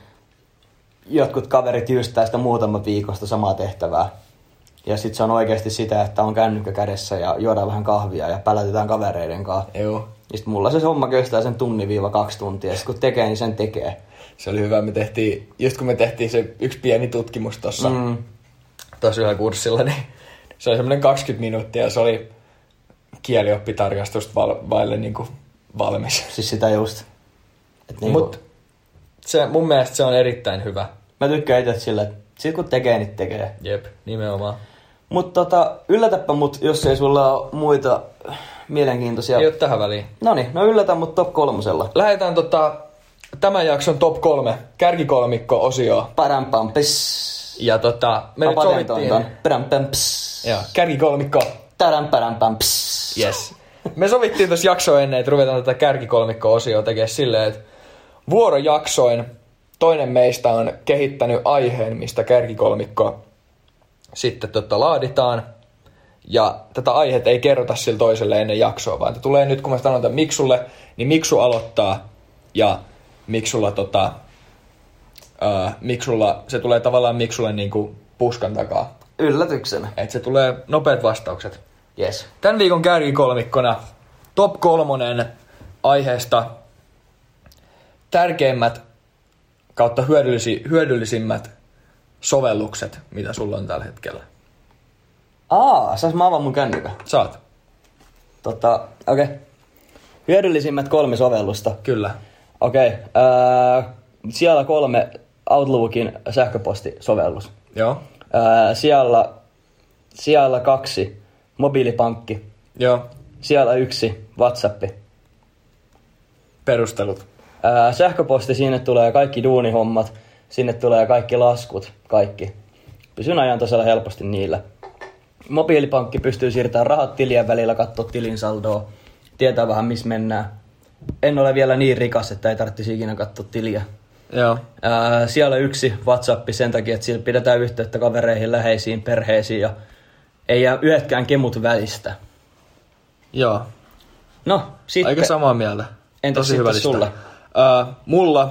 jotkut kaverit jystää sitä muutaman viikosta samaa tehtävää. Ja sit se on oikeasti sitä, että on kännykkä kädessä ja juodaan vähän kahvia ja pälätetään kavereiden kanssa. Joo. Ja sit mulla se homma kestää sen 1-2 tuntia, ja sit kun tekee, niin sen tekee. Se oli hyvä, just kun me tehtiin se yksi pieni tutkimus tossa yhdellä kurssilla, niin se oli semmoinen 20 minuuttia ja se oli kielioppitarkastusta vaille niin kuin valmis. Siis sitä just. Mut mun mielestä se on erittäin hyvä. Mä tykkään itse sillä, että sit kun tekee, niin tekee. Jep, nimenomaan. Mut yllätäpä mut, jos ei sulla ole muita mielenkiintoisia. Ei oo tähän väliin. Noniin, no yllätä mut top 3. Lähdetään tämän jakson top 3 kärkikolmikko-osioon. Parampampis. Ja me nyt sovittiin. Joo, kärkikolmikko. Parampampis. Yes. Me sovittiin tossa jaksoa ennen, että ruvetaan tätä kärkikolmikko-osioa tekemään silleen, että vuorojaksoin toinen meistä on kehittänyt aiheen, mistä kärkikolmikko sitten laaditaan. Ja tätä aihetta ei kerrota sille toiselle ennen jaksoa, vaan tulee nyt, kun mä sanon tämän Miksulle, niin Miksu aloittaa. Ja Miksulla, se tulee tavallaan Miksulle niinku puskan takaa. Yllätyksenä. Että se tulee nopeat vastaukset. Yes. Tän viikon kärkikolmikkona top 3 aiheesta tärkeimmät kautta hyödyllisimmät sovellukset, mitä sulla on tällä hetkellä. Saas mä avaan mun kännykän? Saat. Okei. Hyödyllisimmät 3 sovellusta. Kyllä. Okei. Siellä 3 Outlookin sähköpostisovellus. Joo. Siellä 2 mobiilipankki. Joo. Siellä 1 WhatsApp. Perustelut. Sähköposti, sinne tulee kaikki duunihommat. Sinne tulee kaikki laskut. Kaikki. Pysyn ajan tasalla helposti niillä. Mobiilipankki pystyy siirtämään rahat tilien välillä, katsoa tilin saldoa. Tietää vähän missä mennään. En ole vielä niin rikas, että ei tarvitsisi ikinä katsoa tiliä. Joo. Siellä 1 WhatsApp sen takia, että sillä pidetään yhteyttä kavereihin, läheisiin, perheisiin ja ei jää yhdetkään kemut välistä. Joo. No, sitten. Aika samaa mieltä. Entäs sitten sulla? Mulla,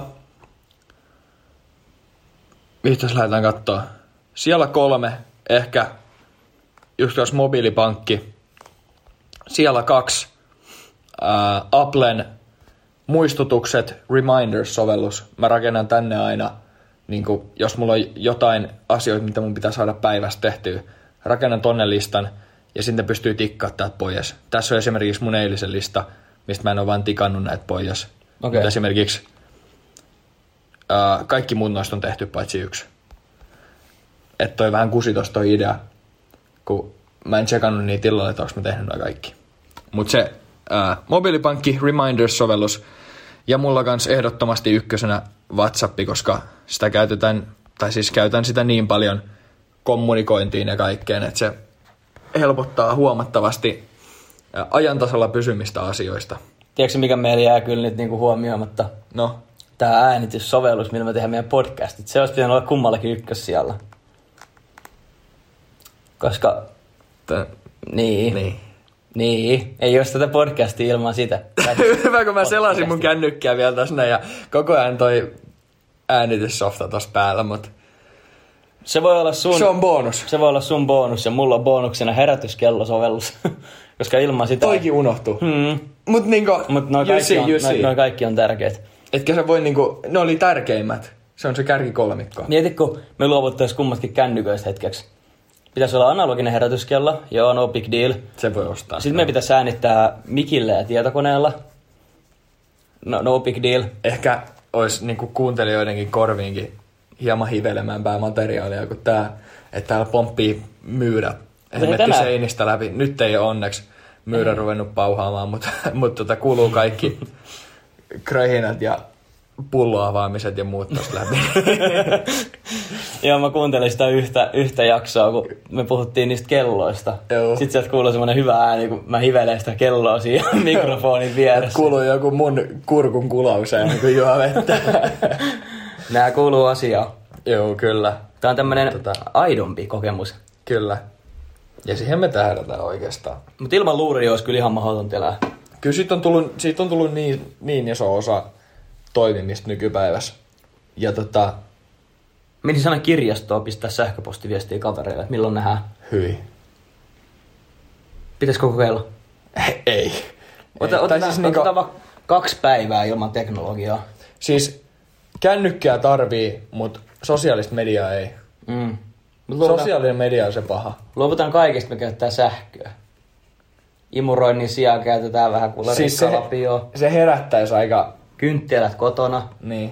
mitäs lähdetään kattoo? Siellä 3 ehkä, just jos mobiilipankki. Siellä 2 Applen muistutukset, reminders-sovellus. Mä rakennan tänne aina, niin kun, jos mulla on jotain asioita, mitä mun pitää saada päivästä tehtyä. Rakennan tonne listan ja sitten pystyy tikkaa täältä pois. Tässä on esimerkiksi mun eilisen lista, mistä mä en ole vaan tikannut näitä pois. Okay. Mutta esimerkiksi kaikki mun noista on tehty paitsi 1. Että toi vähän kusitos toi idea, kun mä en tsekannut niitä illalla, että onko mä tehnyt noin kaikki. Mutta se mobiilipankki, reminders-sovellus ja mulla kans ehdottomasti ykkösenä WhatsApp, koska sitä käytän sitä niin paljon kommunikointiin ja kaikkeen, että se helpottaa huomattavasti ajantasalla pysymistä asioista. Tiedätkö mikä meillä jää kyllä nyt niinku huomioimatta? No? Tää äänityssovellus, millä me tehdään meidän podcastit. Se olisi pitänyt olla kummallakin ykkössijalla. Koska... Niin. Ei olisi tätä podcastia ilman sitä. Hyvä, kun mä selasin mun kännykkää vielä tässä ja koko ajan toi äänityssofta tossa päällä, mutta... Se voi olla sun... Se on bonus. Se voi olla sun bonus ja mulla on bonuksena herätyskellosovellus. Koska ilman sitä... Toikin unohtuu. Mut noi kaikki on tärkeät. Etkä sä voi niinku... Ne oli tärkeimmät. Se on se kärkikolmikko. Mieti, kun me luovuttaisiin kummatkin kännyköistä hetkeksi. Pitäisi olla analoginen herätyskello. Joo, no big deal. Se voi ostaa. Sitten me pitäisi äänittää mikille ja tietokoneella. No big deal. Ehkä olisi niinku kuuntelijoidenkin korviinkin hieman hivelemäämpää materiaalia kuin tää, että täällä pomppii myydä helmetti seinistä läpi. Nyt ei ole onneksi myydä ruvennut pauhaamaan, mutta kuuluu kaikki kröhinät ja pulloavaamiset ja muut tosta läpi. Joo, mä kuuntelin sitä yhtä jaksoa, kun me puhuttiin niistä kelloista. Joo. Sitten sieltä kuului semmonen hyvä ääni, kun mä hivelen sitä kelloa siinä mikrofonin vieressä. Kuuluu joku mun kurkun kulauseen, kun juo vettä. Nää kuuluu asiaan. Joo, kyllä. Tää on tämmönen aidompi kokemus. Kyllä. Ja siihen me tähdätään oikeastaan. Mut ilman luuria olisi kyllä ihan mahdoton elää. Kyllä siitä on tullut niin iso osa toimimista nykypäivässä. Ja Menisin aina kirjastoon pistää sähköpostiviestiä kavereille, että milloin nähdään. Hyi. Pitäisikö kokeilla? Ei. Otetaan vaan 2 päivää ilman teknologiaa. Siis kännykkää tarvii, mutta sosiaalista mediaa ei. Sosiaalinen media on se paha. Luovutaan kaikesta, me käytetään sähköä. Imuroinnin sijaan käytetään vähän kulariskkalapioa. Siis se herättäisi aika... Kynttilät kotona. Niin.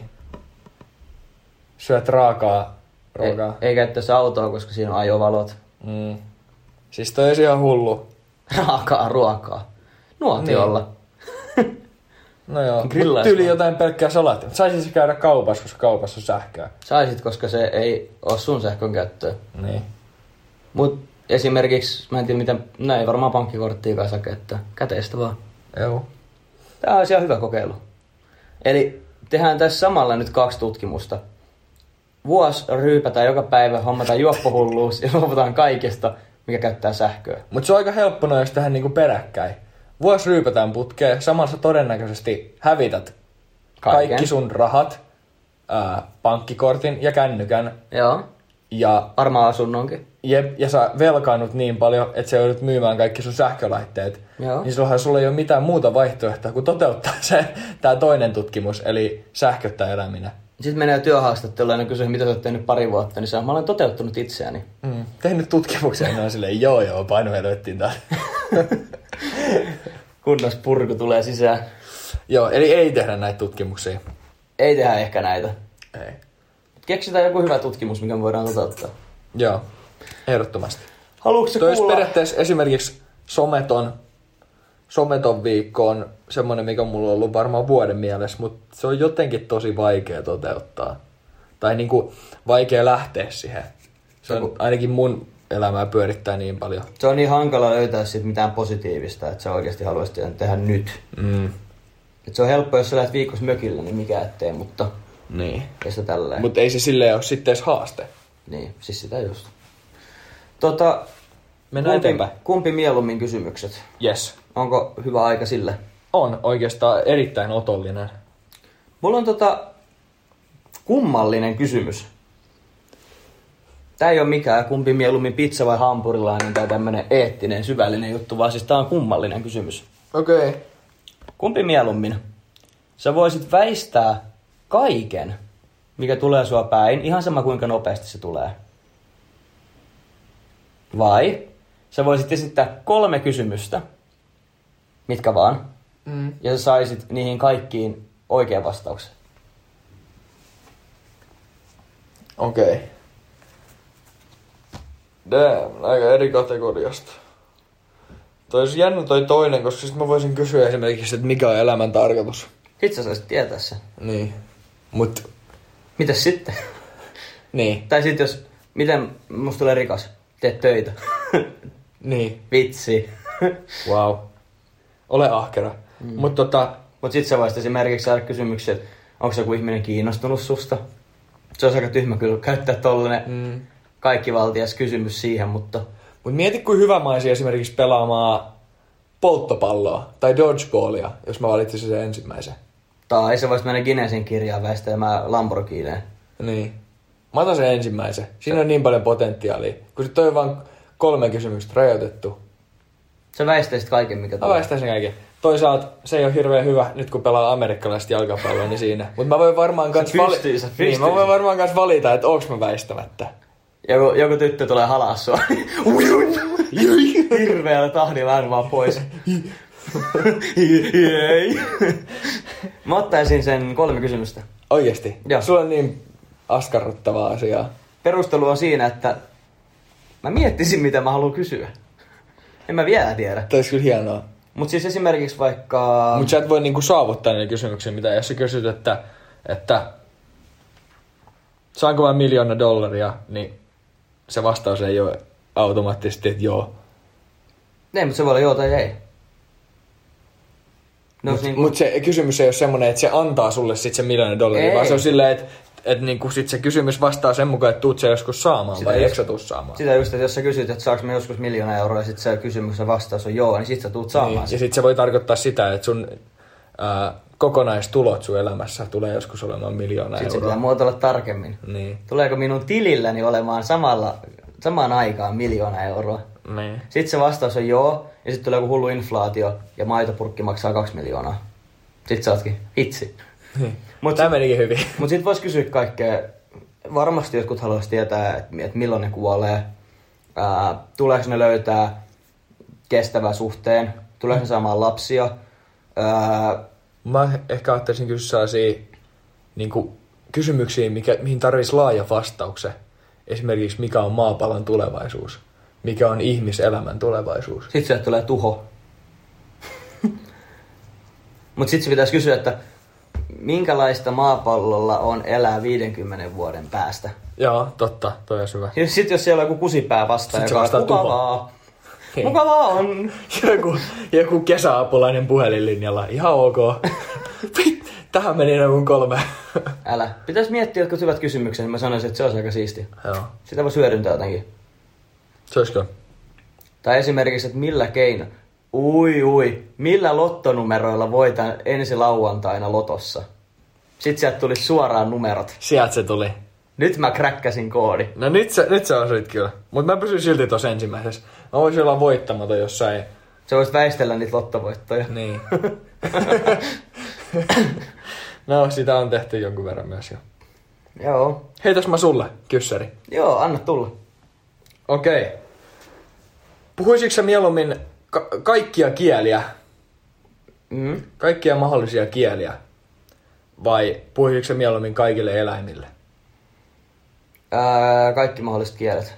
Syöt raakaa ruokaa. Ei käyttäisi autoa, koska siinä on ajovalot. Siis toi olisi ihan hullu. Raakaa ruokaa. Nuotiolla. Niin. No joo, mutta tyyli jotain pelkkää salaattia. Saisit käydä kaupassa, koska kaupassa on sähköä. Saisit, koska se ei ole sun sähkön käyttöä. Niin. Mut esimerkiksi, mä en tiedä miten, no ei varmaan pankkikorttiakaan saa käyttää. Käteistä vaan. Joo. Tää on ihan hyvä kokeilu. Eli tehdään tässä samalla nyt 2 tutkimusta. Vuosi ryypätään joka päivä, hommataan juoppohulluus ja luovutaan kaikesta, mikä käyttää sähköä. Mutta se on aika helppo jos tähän niinku peräkkäin. Vuosi ryypätään putkeen, samalla todennäköisesti hävität kaikki sun rahat, pankkikortin ja kännykän. Joo. Ja varmaan asunnonkin. Jep, ja sä velkaannut niin paljon, että sä joudut myymään kaikki sun sähkölaitteet. Joo. Niin sulla ei ole mitään muuta vaihtoehtoa kuin toteuttaa tää toinen tutkimus, eli sähköttä eläminen. Sitten menee työhaastatteluun ja kysyy, mitä sä oot tehnyt 2 vuotta, niin mä olen toteuttanut itseäni. Tehnyt tutkimuksia, niin on silleen, joo, painohelvettiin täällä. Kunnos purku tulee sisään. Joo, eli ei tehdä näitä tutkimuksia. Ei tehdä ehkä näitä. Ei. Keksitään joku hyvä tutkimus, mikä me voidaan toteuttaa. Joo, ehdottomasti. Haluatko sä kuulla? Toi periaatteessa esimerkiksi someton viikko on semmoinen, mikä mulla on ollut varmaan vuoden mielessä, mutta se on jotenkin tosi vaikea toteuttaa. Tai niinku vaikea lähteä siihen. Se on ainakin mun elämää pyörittää niin paljon. Se on niin hankala löytää sit mitään positiivista, että sä oikeasti haluaisit tehdä nyt. Et se on helppo, jos sä lähdet viikossa mökillä, niin mikä ettei, mutta niin. kestä tälleen. Mutta ei se silleen ole sitten edes haaste. Niin, siis sitä just. Mennään eteenpäin. Kumpi mieluummin kysymykset? Yes. Onko hyvä aika sille? On oikeastaan erittäin otollinen. Mulla on kummallinen kysymys. Tää ei ole mikään kumpi mieluummin pizza vai hampurilainen tai tämmönen eettinen, syvällinen juttu, vaan siis tää on kummallinen kysymys. Okei. Okay. Kumpi mieluummin? Sä voisit väistää kaiken, mikä tulee sua päin, ihan sama kuinka nopeasti se tulee. Vai sä voisit esittää 3 kysymystä, mitkä vaan, ja sä saisit niihin kaikkiin oikean vastauksen. Okei. Okay. Damn, aika eri kategoriasta. Toi olisi jännä toi toinen, koska sit mä voisin kysyä esimerkiksi, että mikä on elämän tarkoitus. Sit sä saisit tietää sen. Niin. Mut... Mitäs sitten? Niin. Tai sit jos, miten musta tulee rikas? Teet töitä. Niin. Vitsi. Wow. Ole ahkera. Mut sit sä voisit esimerkiksi saada kysymyksiä, että onko joku ihminen kiinnostunut susta? Se olisi aika tyhmä kyllä käyttää tollanen kaikkivaltias kysymys siihen, mutta... Mut mieti, kuin hyvä mä olisin esimerkiksi pelaamaan polttopalloa tai dodgeballia, jos mä valitsisin sen ensimmäisen. Tai se voisi mennä Guinnessin kirjaan väistämään Lamborghineen. Niin. Mä otan sen ensimmäisen. Siinä on niin paljon potentiaalia. Kun sit toi on vaan 3 kysymystä rajoitettu. Sä väistäisit kaiken, mikä tulee. Mä väistäisin kaiken. toisaalta se ei ole hirveän hyvä nyt kun pelaa amerikkalaista jalkapalloa, niin siinä. Mutta mä voin varmaan kans valita, että onks mä väistämättä. Joku tyttö tulee halaa sua. Hirveällä tahdilla aina vaan pois. Mä ottaisin sen 3 kysymystä. Oikeesti? Joo. Sulla on niin askarruttavaa asiaa. Perustelu on siinä, että mä miettisin mitä mä haluan kysyä. En mä vielä tiedä. Tämä olisi kyllä hienoa. Mut siis esimerkiksi vaikka... Mut sä et voi niinku saavuttaa niitä kysymyksiä, mitä jos sä kysyt, että saanko mä $1 miljoonaa, niin se vastaus ei ole automaattisesti, että joo. Ei, mutta se voi olla joo tai ei. Mut se kysymys ei ole semmonen, että se antaa sulle sit se $1 miljoonaa, vaan se on silleen, että niinku sit se kysymys vastaa sen mukaan, että tuut sä joskus saamaan sitä vai eikö sä tuu saamaan. Sitä just, että jos sä kysyt, että saaks mä joskus $1 miljoonaa ja sit se kysymys ja vastaus on joo, niin sit sä tuut saamaan. Niin. Ja sit se voi tarkoittaa sitä, että sun kokonaistulot sun elämässä tulee joskus olemaan $1 miljoonaa. Sit se pitää muotoilla tarkemmin. Niin. Tuleeko minun tililläni olemaan samaan aikaan $1 miljoonaa? Niin. Sitten se vastaus on joo, ja sitten tulee joku hullu inflaatio, ja maitopurkki maksaa $2 miljoonaa. Sitten sä ootkin, hitsi. Tämä menikin hyvin. Mutta sitten vois kysyä kaikkea, varmasti jotkut haluaisi tietää, että milloin ne kuolee, tuleeko ne löytää kestävän suhteen, tuleeko ne saamaan lapsia. Mä ehkä ottaisin kysyä sellaisia niinku, kysymyksiä, mihin tarvitsisi laaja vastauksen. Esimerkiksi mikä on maapallon tulevaisuus. Mikä on ihmiselämän tulevaisuus. Sitten sieltä tulee tuho. Mutta sitten se pitäisi kysyä, että minkälaista maapallolla on elää 50 vuoden päästä. Joo, totta. Toi on hyvä. Sitten jos siellä on joku kusipää vastaan, joka on mukavaa. Niin. Mukavaa on. Joku kesäapulainen puhelinlinjalla. Ihan ok. Tähän meni noin 3. Älä. Pitäisi miettiä jotkut hyvät kysymykset, niin mä sanoisin, että se olisi aika siistiä. Joo. Sitä voisi hyödyntää jotenkin. Se olisiko? Tai esimerkiksi, että millä keino. Millä lottonumeroilla voitan ensi lauantaina lotossa? Sitten sieltä tuli suoraan numerot. Sieltä se tuli. Nyt mä kräkkäsin koodi. No nyt sä osuit kyllä. Mut mä pysyn silti tossa ensimmäisessä. Mä voisin olla voittamaton jossain. Sä voisit väistellä niitä lottovoittoja. Niin. No, sitä on tehty jonkun verran myös jo. Joo. Heitäs mä sulle, kyssäri. Joo, anna tulla. Okei. Puhuisitko sä mieluummin kaikkia kieliä? Kaikkia mahdollisia kieliä? Vai puhuisitko sä mieluummin kaikille eläimille? Kaikki mahdolliset kielet.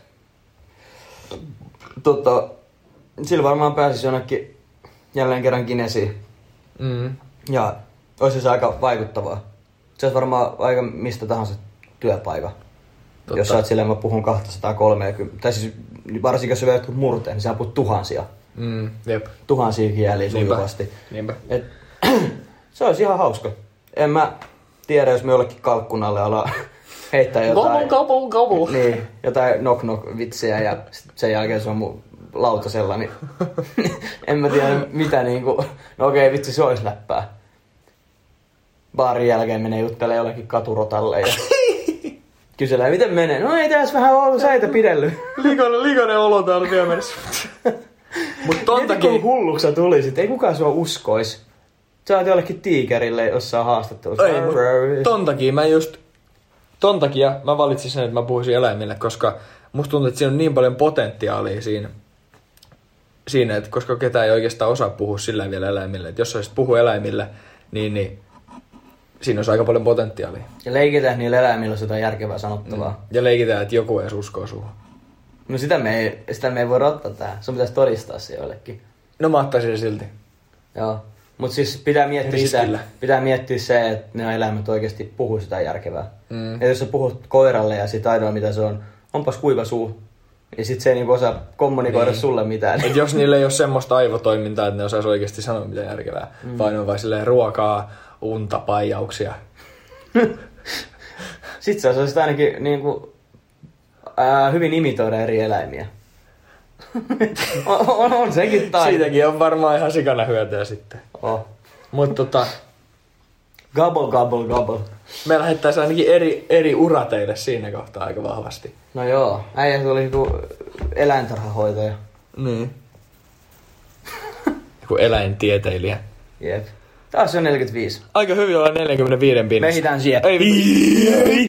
Sillä varmaan pääsisi jonnekin jälleen kerran Kinesiin. Ja olisi se aika vaikuttavaa. Se olisi varmaan aika mistä tahansa työpaikka. Totta. Jos sä oot silleen, mä puhun 230, tai siis varsinkin jos sä vedät murteen, niin sä puhut tuhansia. Jep. Tuhansia kieliä sujuvasti. Niinpä. Se olisi ihan hauska. En mä tiedä, jos me jollekin kalkkunalle ala heittää jotain... Gobble. Niin, jotain knock-knock-vitsejä ja sen jälkeen se on mun lautasella, niin en mä tiedä mitä niinku... No okei, vitsi, se olisi läppää. Baarin jälkeen menee juttelemaan jollekin katurotalle ja kyselee, miten menee? No ei tässä vähän ollut säitä pidellyt. Likainen olo täällä vielä mennessä. Mut ton takia... Kun hulluksi sä tulisit, ei kukaan sua uskois. Sä oot jollekin tiikerille jossain haastattelussa. Ei, ton takia mä valitsin sen, että mä puhuisin eläimille, koska musta tuntuu, että siinä on niin paljon potentiaalia siinä että koska ketään ei oikeastaan osaa puhua sillä vielä eläimille. Että jos sä olisit puhua eläimille, niin siinä olisi aika paljon potentiaalia. Ja leikitään niillä eläimillä, jos jotain järkevää sanottavaa. Ja leikitään, että joku edes uskoo suhun. No sitä me ei voi ottaa tähän. Sun pitäisi todistaa se joillekin. No mä ottaisin silti. Joo. Mut siis pitää miettiä se, että ne eläimet oikeasti puhuu sitä järkevää. Ja jos sä puhut koiralle ja sit ainoa mitä se onpas kuiva suu. Ja sit se ei niinku osaa kommunikoida sulle mitään. Et jos niillä ei ole semmoista aivotoimintaa, että ne osaisi oikeasti sanoa mitään järkevää. Vaan ne on vaan silleen ruokaa, unta, paijauksia. Sit sä osaisit ainakin niinku, hyvin imitoida eri eläimiä. on sekin taito. Siitäkin on varmaan ihan sikana hyötyä sitten. Mut Gobble. Me lähettäisiin ainakin eri urateille siinä kohtaa aika vahvasti. No joo, äijä tuli joku eläintarhahoitaja. Niin. Joku eläintieteilijä. Jep. Taas on 45. Aika hyvin olla 45 pinnassa. Me ehditään siihen. Ei.